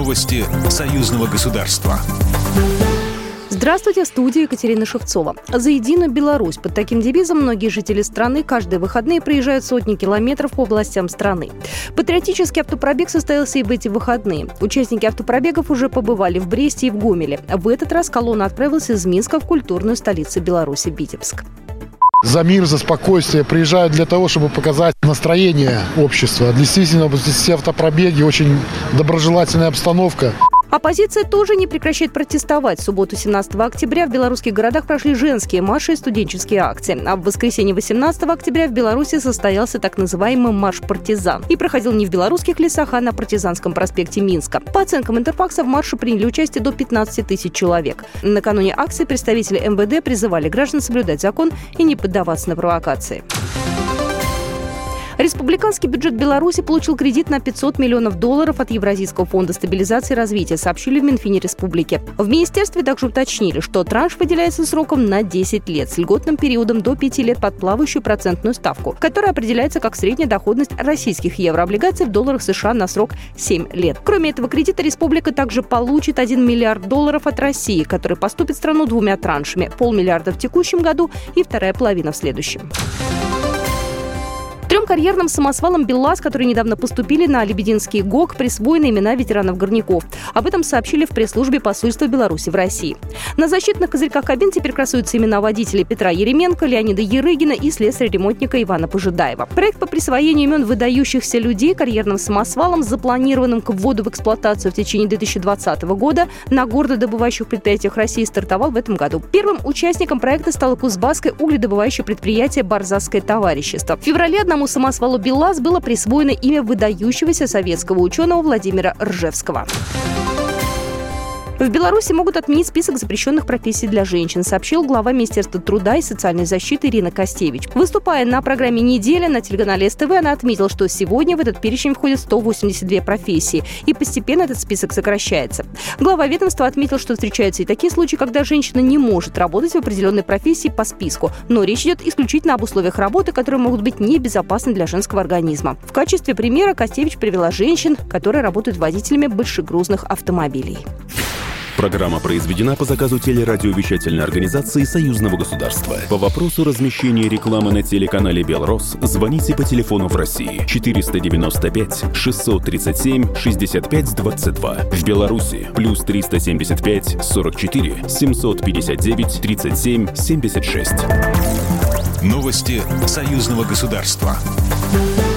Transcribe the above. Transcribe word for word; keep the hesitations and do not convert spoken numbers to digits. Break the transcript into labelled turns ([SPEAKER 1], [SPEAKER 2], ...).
[SPEAKER 1] Новости союзного государства.
[SPEAKER 2] Здравствуйте, в студии Екатерина Шевцова. За единую Беларусь. Под таким девизом многие жители страны каждые выходные проезжают сотни километров по областям страны. Патриотический автопробег состоялся и в эти выходные. Участники автопробегов уже побывали в Бресте и в Гомеле. В этот раз колонна отправилась из Минска в культурную столицу Беларуси Витебск.
[SPEAKER 3] За мир, за спокойствие приезжают для того, чтобы показать настроение общества. Действительно, все автопробеги, очень доброжелательная обстановка.
[SPEAKER 2] Оппозиция тоже не прекращает протестовать. В субботу, семнадцатого октября, в белорусских городах прошли женские марши и студенческие акции. А в воскресенье, восемнадцатого октября, в Беларуси состоялся так называемый марш партизан. И проходил не в белорусских лесах, а на Партизанском проспекте Минска. По оценкам Интерфакса, в марше приняли участие до пятнадцати тысяч человек. Накануне акции представители эм вэ дэ призывали граждан соблюдать закон и не поддаваться на провокации. Республиканский бюджет Беларуси получил кредит на пятьсот миллионов долларов от Евразийского фонда стабилизации и развития, сообщили в Минфине республики. В министерстве также уточнили, что транш выделяется сроком на десять лет, с льготным периодом до пяти лет под плавающую процентную ставку, которая определяется как средняя доходность российских еврооблигаций в долларах США на срок семь лет. Кроме этого кредита, республика также получит один миллиард долларов от России, который поступит в страну двумя траншами – полмиллиарда в текущем году и вторая половина в следующем. Трем карьерным самосвалам БелАЗ, которые недавно поступили на Лебединский ГОК, присвоены имена ветеранов горняков. Об этом сообщили в пресс-службе посольства Беларуси в России. На защитных козырьках кабин теперь красуются имена водителей Петра Еременко, Леонида Ерыгина и слесаря-ремонтника Ивана Пожидаева. Проект по присвоению имен выдающихся людей карьерным самосвалам, запланированным к вводу в эксплуатацию в течение две тысячи двадцатого года на горнодобывающих предприятиях России, стартовал в этом году. Первым участником проекта стало кузбасское угледобывающее предприятие «Барзасское товарищество». В феврале одному самосвалу БелАЗ было присвоено имя выдающегося советского ученого Владимира Ржевского. В Беларуси могут отменить список запрещенных профессий для женщин, сообщил глава Министерства труда и социальной защиты Ирина Костевич. Выступая на программе «Неделя» на телеканале эс тэ вэ, она отметила, что сегодня в этот перечень входят сто восемьдесят две профессии, и постепенно этот список сокращается. Глава ведомства отметил, что встречаются и такие случаи, когда женщина не может работать в определенной профессии по списку, но речь идет исключительно об условиях работы, которые могут быть небезопасны для женского организма. В качестве примера Костевич привела женщин, которые работают водителями большегрузных автомобилей.
[SPEAKER 4] Программа произведена по заказу телерадиовещательной организации Союзного государства. По вопросу размещения рекламы на телеканале «Белрос» звоните по телефону в России четыреста девяносто пять шестьсот тридцать семь шестьдесят пять двадцать два. В Беларуси плюс триста семьдесят пять сорок четыре семьсот пятьдесят девять тридцать семь семьдесят шесть.
[SPEAKER 1] Новости союзного государства.